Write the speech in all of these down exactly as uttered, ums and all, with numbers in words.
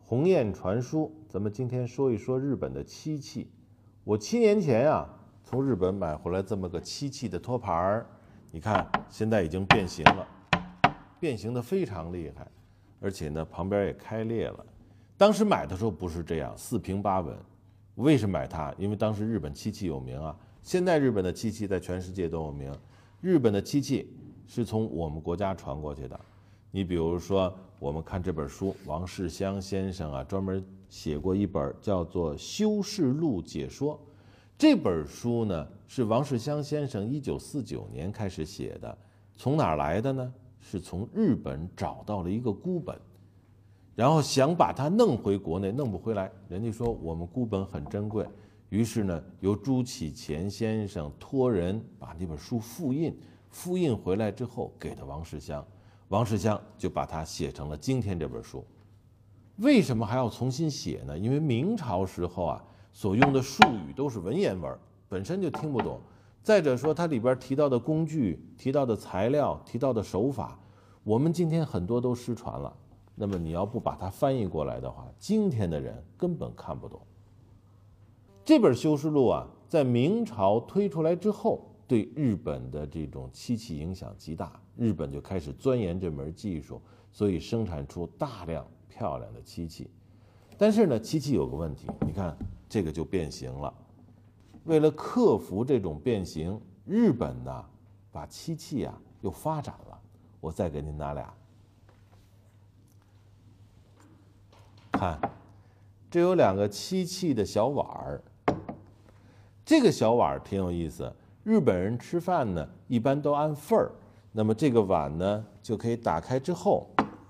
鸿雁传书，咱们今天说一说日本的漆器。我七年前啊，从日本买回来这么个漆器的托盘儿，你看现在已经变形了，变形的非常厉害，而且呢旁边也开裂了。当时买的时候不是这样，四平八稳。为什么买它？因为当时日本漆器有名啊。现在日本的漆器在全世界都有名，日本的漆器是从我们国家传过去的。你比如说，我们看这本书，王世襄先生啊，专门写过一本叫做《修士录解说》。这本书呢，是王世襄先生一九四九年开始写的。从哪儿来的呢？是从日本找到了一个孤本，然后想把它弄回国内，弄不回来。人家说我们孤本很珍贵，于是呢，由朱启潜先生托人把那本书复印，复印回来之后给了王世襄。王世襄就把它写成了今天这本书。为什么还要重新写呢？因为明朝时候啊，所用的术语都是文言文，本身就听不懂。再者说，它里边提到的工具、提到的材料、提到的手法，我们今天很多都失传了。那么你要不把它翻译过来的话，今天的人根本看不懂。这本《修士录》啊，在明朝推出来之后，对日本的这种漆器影响极大，日本就开始钻研这门技术，所以生产出大量漂亮的漆器。但是呢，漆器有个问题，你看这个就变形了。为了克服这种变形，日本呢把漆器啊又发展了。我再给您拿俩，看，这有两个漆器的小碗儿。这个小碗挺有意思。日本人吃饭呢，一般都按份儿。那么这个碗呢，就可以打开之后，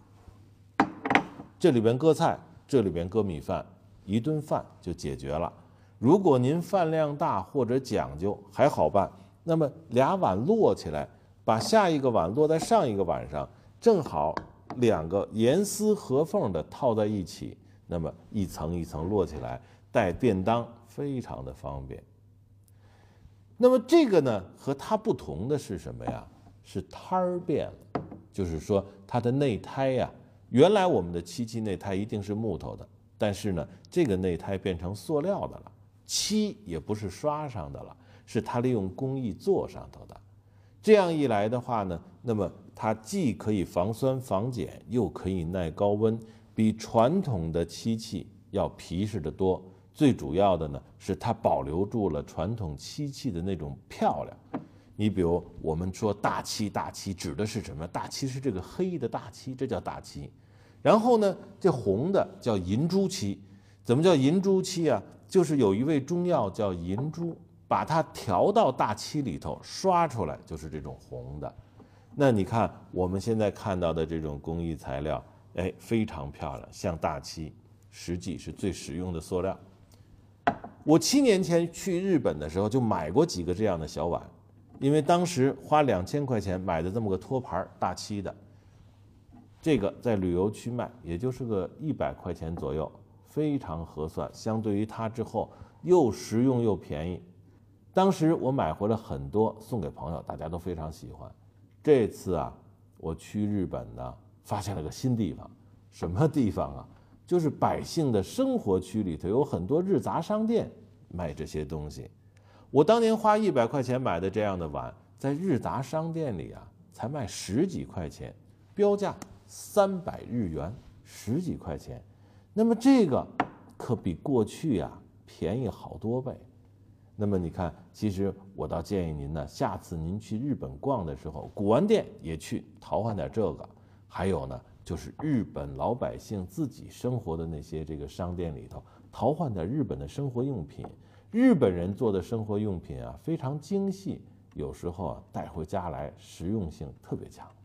这里边搁菜，这里边搁米饭，一顿饭就解决了。如果您饭量大或者讲究，还好办。那么俩碗摞起来，把下一个碗摞在上一个碗上，正好两个严丝合缝的套在一起，那么一层一层摞起来，带便当，非常的方便。那么这个呢，和它不同的是什么呀？是胎儿变了，就是说它的内胎呀，原来我们的漆器内胎一定是木头的，但是呢，这个内胎变成塑料的了，漆也不是刷上的了，是它利用工艺做上头的。这样一来的话呢，那么它既可以防酸防碱，又可以耐高温，比传统的漆器要皮实得多。最主要的呢，是它保留住了传统漆器的那种漂亮。你比如我们说大漆，大漆指的是什么？大漆是这个黑的大漆，这叫大漆。然后呢，这红的叫银珠漆。怎么叫银珠漆啊？就是有一味中药叫银珠，把它调到大漆里头，刷出来就是这种红的。那你看我们现在看到的这种工艺材料，哎，非常漂亮，像大漆，实际是最实用的塑料。我七年前去日本的时候就买过几个这样的小碗，因为当时花两千块钱买的这么个托盘大漆的，这个在旅游区卖，也就是个一百块钱左右，非常合算。相对于它之后又实用又便宜，当时我买回来很多送给朋友，大家都非常喜欢。这次啊，我去日本呢，发现了个新地方，什么地方啊？就是百姓的生活区里头有很多日杂商店卖这些东西。我当年花一百块钱买的这样的碗，在日杂商店里啊，才卖十几块钱，标价三百日元，十几块钱。那么这个可比过去啊便宜好多倍。那么你看，其实我倒建议您呢，下次您去日本逛的时候，古玩店也去淘换点这个。还有呢，就是日本老百姓自己生活的那些这个商店里头，淘换点日本的生活用品。日本人做的生活用品啊，非常精细，有时候啊带回家来实用性特别强。